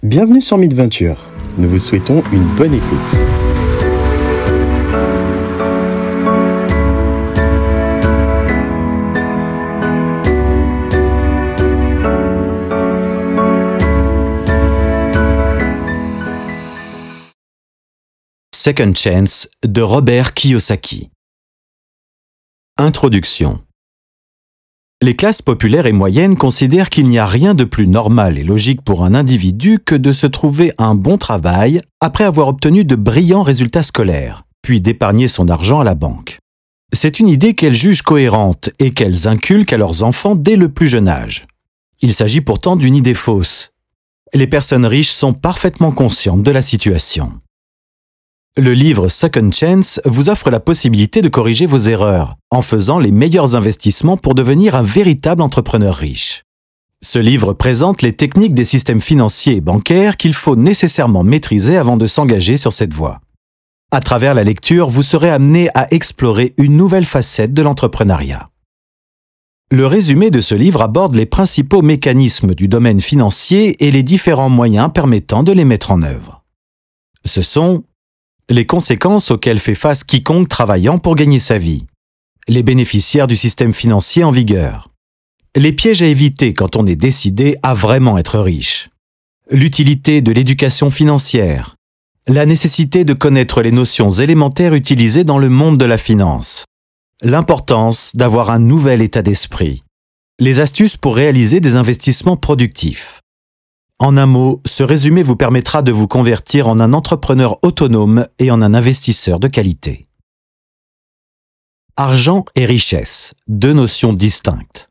Bienvenue sur Midventure. Nous vous souhaitons une bonne écoute. Second Chance de Robert Kiyosaki. Introduction. Les classes populaires et moyennes considèrent qu'il n'y a rien de plus normal et logique pour un individu que de se trouver un bon travail après avoir obtenu de brillants résultats scolaires, puis d'épargner son argent à la banque. C'est une idée qu'elles jugent cohérente et qu'elles inculquent à leurs enfants dès le plus jeune âge. Il s'agit pourtant d'une idée fausse. Les personnes riches sont parfaitement conscientes de la situation. Le livre Second Chance vous offre la possibilité de corriger vos erreurs en faisant les meilleurs investissements pour devenir un véritable entrepreneur riche. Ce livre présente les techniques des systèmes financiers et bancaires qu'il faut nécessairement maîtriser avant de s'engager sur cette voie. À travers la lecture, vous serez amené à explorer une nouvelle facette de l'entrepreneuriat. Le résumé de ce livre aborde les principaux mécanismes du domaine financier et les différents moyens permettant de les mettre en œuvre. Ce sont les conséquences auxquelles fait face quiconque travaillant pour gagner sa vie, les bénéficiaires du système financier en vigueur, les pièges à éviter quand on est décidé à vraiment être riche, l'utilité de l'éducation financière, la nécessité de connaître les notions élémentaires utilisées dans le monde de la finance, l'importance d'avoir un nouvel état d'esprit, les astuces pour réaliser des investissements productifs. En un mot, ce résumé vous permettra de vous convertir en un entrepreneur autonome et en un investisseur de qualité. Argent et richesse, deux notions distinctes.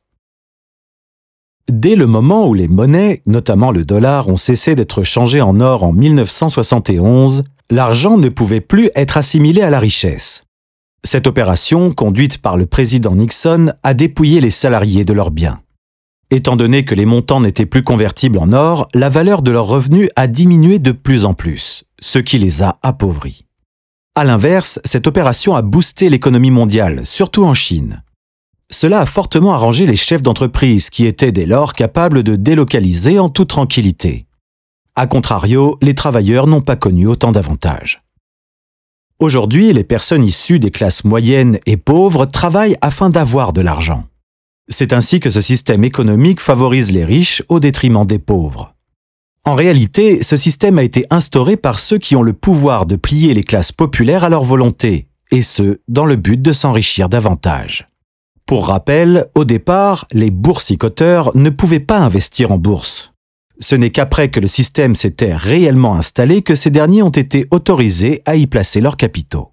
Dès le moment où les monnaies, notamment le dollar, ont cessé d'être changées en or en 1971, l'argent ne pouvait plus être assimilé à la richesse. Cette opération, conduite par le président Nixon, a dépouillé les salariés de leurs biens. Étant donné que les montants n'étaient plus convertibles en or, la valeur de leurs revenus a diminué de plus en plus, ce qui les a appauvris. À l'inverse, cette opération a boosté l'économie mondiale, surtout en Chine. Cela a fortement arrangé les chefs d'entreprise qui étaient dès lors capables de délocaliser en toute tranquillité. A contrario, les travailleurs n'ont pas connu autant d'avantages. Aujourd'hui, les personnes issues des classes moyennes et pauvres travaillent afin d'avoir de l'argent. C'est ainsi que ce système économique favorise les riches au détriment des pauvres. En réalité, ce système a été instauré par ceux qui ont le pouvoir de plier les classes populaires à leur volonté, et ce, dans le but de s'enrichir davantage. Pour rappel, au départ, les boursicoteurs ne pouvaient pas investir en bourse. Ce n'est qu'après que le système s'était réellement installé que ces derniers ont été autorisés à y placer leurs capitaux.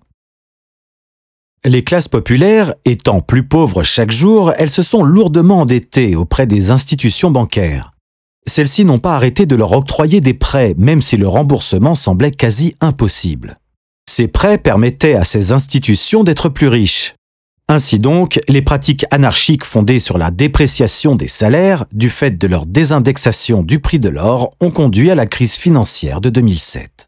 Les classes populaires, étant plus pauvres chaque jour, elles se sont lourdement endettées auprès des institutions bancaires. Celles-ci n'ont pas arrêté de leur octroyer des prêts, même si le remboursement semblait quasi impossible. Ces prêts permettaient à ces institutions d'être plus riches. Ainsi donc, les pratiques anarchiques fondées sur la dépréciation des salaires, du fait de leur désindexation du prix de l'or, ont conduit à la crise financière de 2007.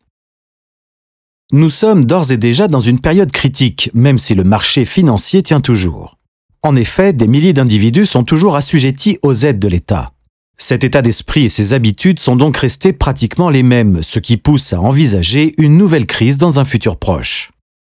Nous sommes d'ores et déjà dans une période critique, même si le marché financier tient toujours. En effet, des milliers d'individus sont toujours assujettis aux aides de l'État. Cet état d'esprit et ces habitudes sont donc restés pratiquement les mêmes, ce qui pousse à envisager une nouvelle crise dans un futur proche.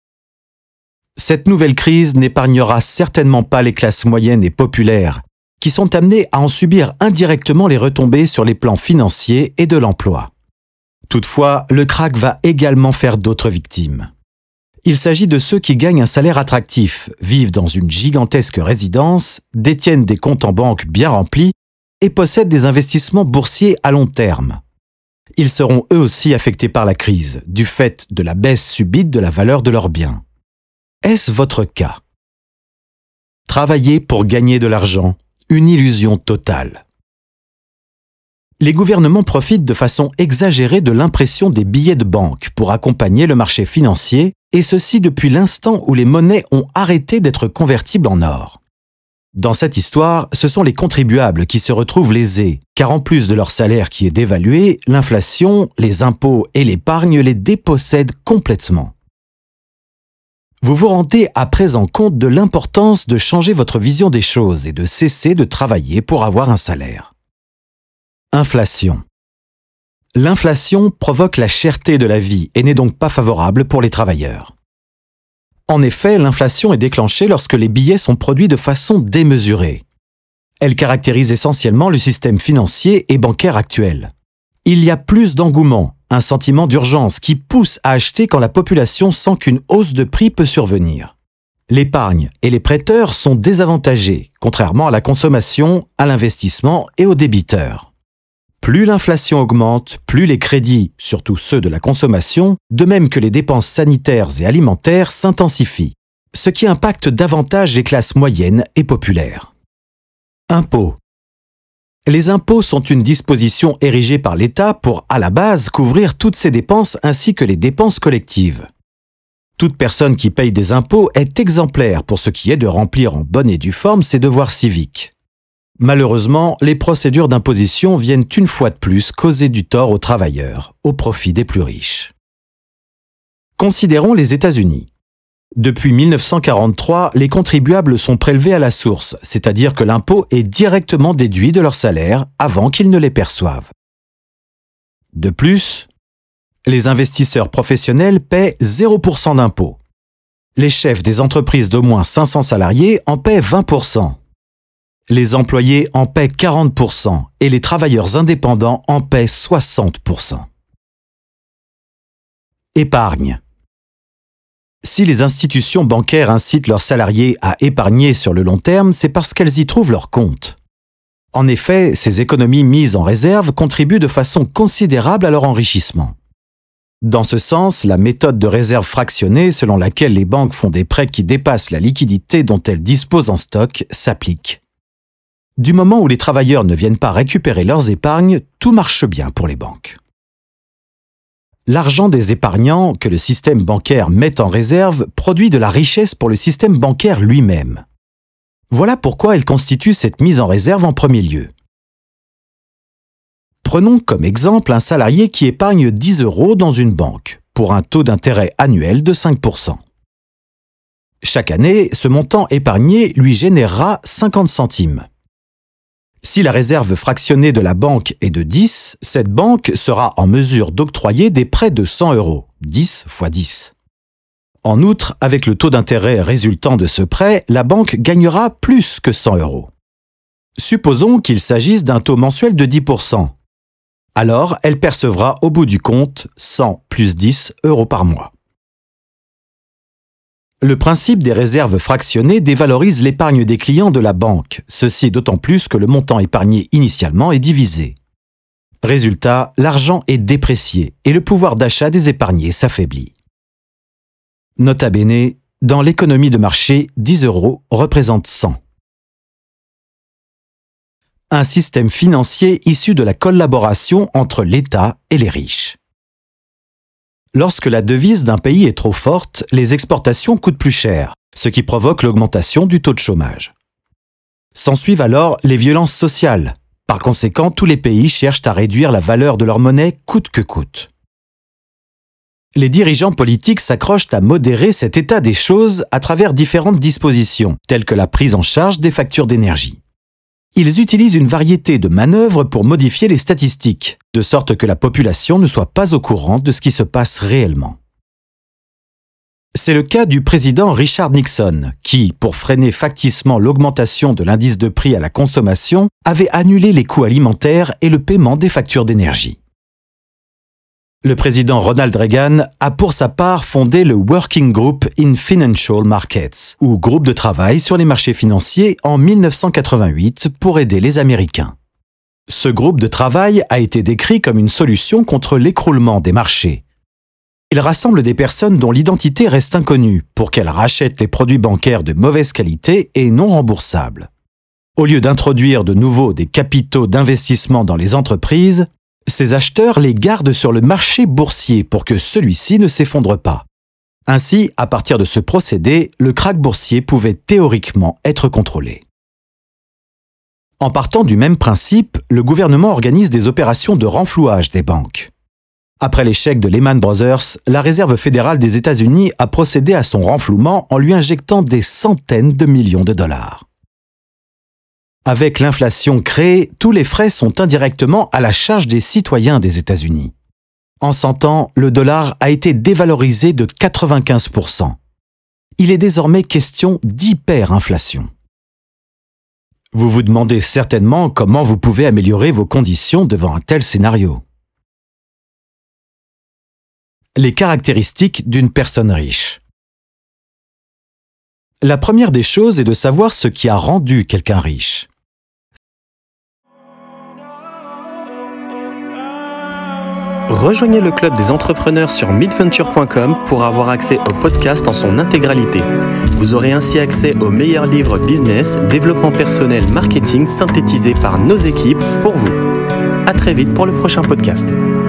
Cette nouvelle crise n'épargnera certainement pas les classes moyennes et populaires, qui sont amenées à en subir indirectement les retombées sur les plans financiers et de l'emploi. Toutefois, le krach va également faire d'autres victimes. Il s'agit de ceux qui gagnent un salaire attractif, vivent dans une gigantesque résidence, détiennent des comptes en banque bien remplis et possèdent des investissements boursiers à long terme. Ils seront eux aussi affectés par la crise, du fait de la baisse subite de la valeur de leurs biens. Est-ce votre cas? Travailler pour gagner de l'argent, une illusion totale. Les gouvernements profitent de façon exagérée de l'impression des billets de banque pour accompagner le marché financier, et ceci depuis l'instant où les monnaies ont arrêté d'être convertibles en or. Dans cette histoire, ce sont les contribuables qui se retrouvent lésés, car en plus de leur salaire qui est dévalué, l'inflation, les impôts et l'épargne les dépossèdent complètement. Vous vous rendez à présent compte de l'importance de changer votre vision des choses et de cesser de travailler pour avoir un salaire. Inflation. L'inflation provoque la cherté de la vie et n'est donc pas favorable pour les travailleurs. En effet, l'inflation est déclenchée lorsque les billets sont produits de façon démesurée. Elle caractérise essentiellement le système financier et bancaire actuel. Il y a plus d'engouement, un sentiment d'urgence qui pousse à acheter quand la population sent qu'une hausse de prix peut survenir. L'épargne et les prêteurs sont désavantagés, contrairement à la consommation, à l'investissement et aux débiteurs. Plus l'inflation augmente, plus les crédits, surtout ceux de la consommation, de même que les dépenses sanitaires et alimentaires, s'intensifient, ce qui impacte davantage les classes moyennes et populaires. Impôts. Les impôts sont une disposition érigée par l'État pour, à la base, couvrir toutes ses dépenses ainsi que les dépenses collectives. Toute personne qui paye des impôts est exemplaire pour ce qui est de remplir en bonne et due forme ses devoirs civiques. Malheureusement, les procédures d'imposition viennent une fois de plus causer du tort aux travailleurs, au profit des plus riches. Considérons les États-Unis. Depuis 1943, les contribuables sont prélevés à la source, c'est-à-dire que l'impôt est directement déduit de leur salaire avant qu'ils ne les perçoivent. De plus, les investisseurs professionnels paient 0% d'impôt. Les chefs des entreprises d'au moins 500 salariés en paient 20%. Les employés en paient 40% et les travailleurs indépendants en paient 60%. Épargne. Si les institutions bancaires incitent leurs salariés à épargner sur le long terme, c'est parce qu'elles y trouvent leur compte. En effet, ces économies mises en réserve contribuent de façon considérable à leur enrichissement. Dans ce sens, la méthode de réserve fractionnée selon laquelle les banques font des prêts qui dépassent la liquidité dont elles disposent en stock s'applique. Du moment où les travailleurs ne viennent pas récupérer leurs épargnes, tout marche bien pour les banques. L'argent des épargnants que le système bancaire met en réserve produit de la richesse pour le système bancaire lui-même. Voilà pourquoi il constitue cette mise en réserve en premier lieu. Prenons comme exemple un salarié qui épargne 10 € dans une banque, pour un taux d'intérêt annuel de 5%. Chaque année, ce montant épargné lui générera 50 centimes. Si la réserve fractionnée de la banque est de 10, cette banque sera en mesure d'octroyer des prêts de 100 €, 10 x 10. En outre, avec le taux d'intérêt résultant de ce prêt, la banque gagnera plus que 100 €. Supposons qu'il s'agisse d'un taux mensuel de 10%. Alors, elle percevra au bout du compte 100 plus 10 € par mois. Le principe des réserves fractionnées dévalorise l'épargne des clients de la banque, ceci d'autant plus que le montant épargné initialement est divisé. Résultat, l'argent est déprécié et le pouvoir d'achat des épargnés s'affaiblit. Nota bene, dans l'économie de marché, 10 € représente 100. Un système financier issu de la collaboration entre l'État et les riches. Lorsque la devise d'un pays est trop forte, les exportations coûtent plus cher, ce qui provoque l'augmentation du taux de chômage. S'ensuivent alors les violences sociales. Par conséquent, tous les pays cherchent à réduire la valeur de leur monnaie coûte que coûte. Les dirigeants politiques s'accrochent à modérer cet état des choses à travers différentes dispositions, telles que la prise en charge des factures d'énergie. Ils utilisent une variété de manœuvres pour modifier les statistiques, de sorte que la population ne soit pas au courant de ce qui se passe réellement. C'est le cas du président Richard Nixon, qui, pour freiner facticement l'augmentation de l'indice de prix à la consommation, avait annulé les coûts alimentaires et le paiement des factures d'énergie. Le président Ronald Reagan a pour sa part fondé le Working Group in Financial Markets, ou groupe de travail sur les marchés financiers en 1988 pour aider les Américains. Ce groupe de travail a été décrit comme une solution contre l'écroulement des marchés. Il rassemble des personnes dont l'identité reste inconnue pour qu'elles rachètent les produits bancaires de mauvaise qualité et non remboursables. Au lieu d'introduire de nouveau des capitaux d'investissement dans les entreprises, ces acheteurs les gardent sur le marché boursier pour que celui-ci ne s'effondre pas. Ainsi, à partir de ce procédé, le krach boursier pouvait théoriquement être contrôlé. En partant du même principe, le gouvernement organise des opérations de renflouage des banques. Après l'échec de Lehman Brothers, la Réserve fédérale des États-Unis a procédé à son renflouement en lui injectant des centaines de millions de dollars. Avec l'inflation créée, tous les frais sont indirectement à la charge des citoyens des États-Unis. En 100 ans, le dollar a été dévalorisé de 95%. Il est désormais question d'hyperinflation. Vous vous demandez certainement comment vous pouvez améliorer vos conditions devant un tel scénario. Les caractéristiques d'une personne riche. La première des choses est de savoir ce qui a rendu quelqu'un riche. Rejoignez le club des entrepreneurs sur midventure.com pour avoir accès au podcast en son intégralité. Vous aurez ainsi accès aux meilleurs livres business, développement personnel, marketing synthétisés par nos équipes pour vous. À très vite pour le prochain podcast.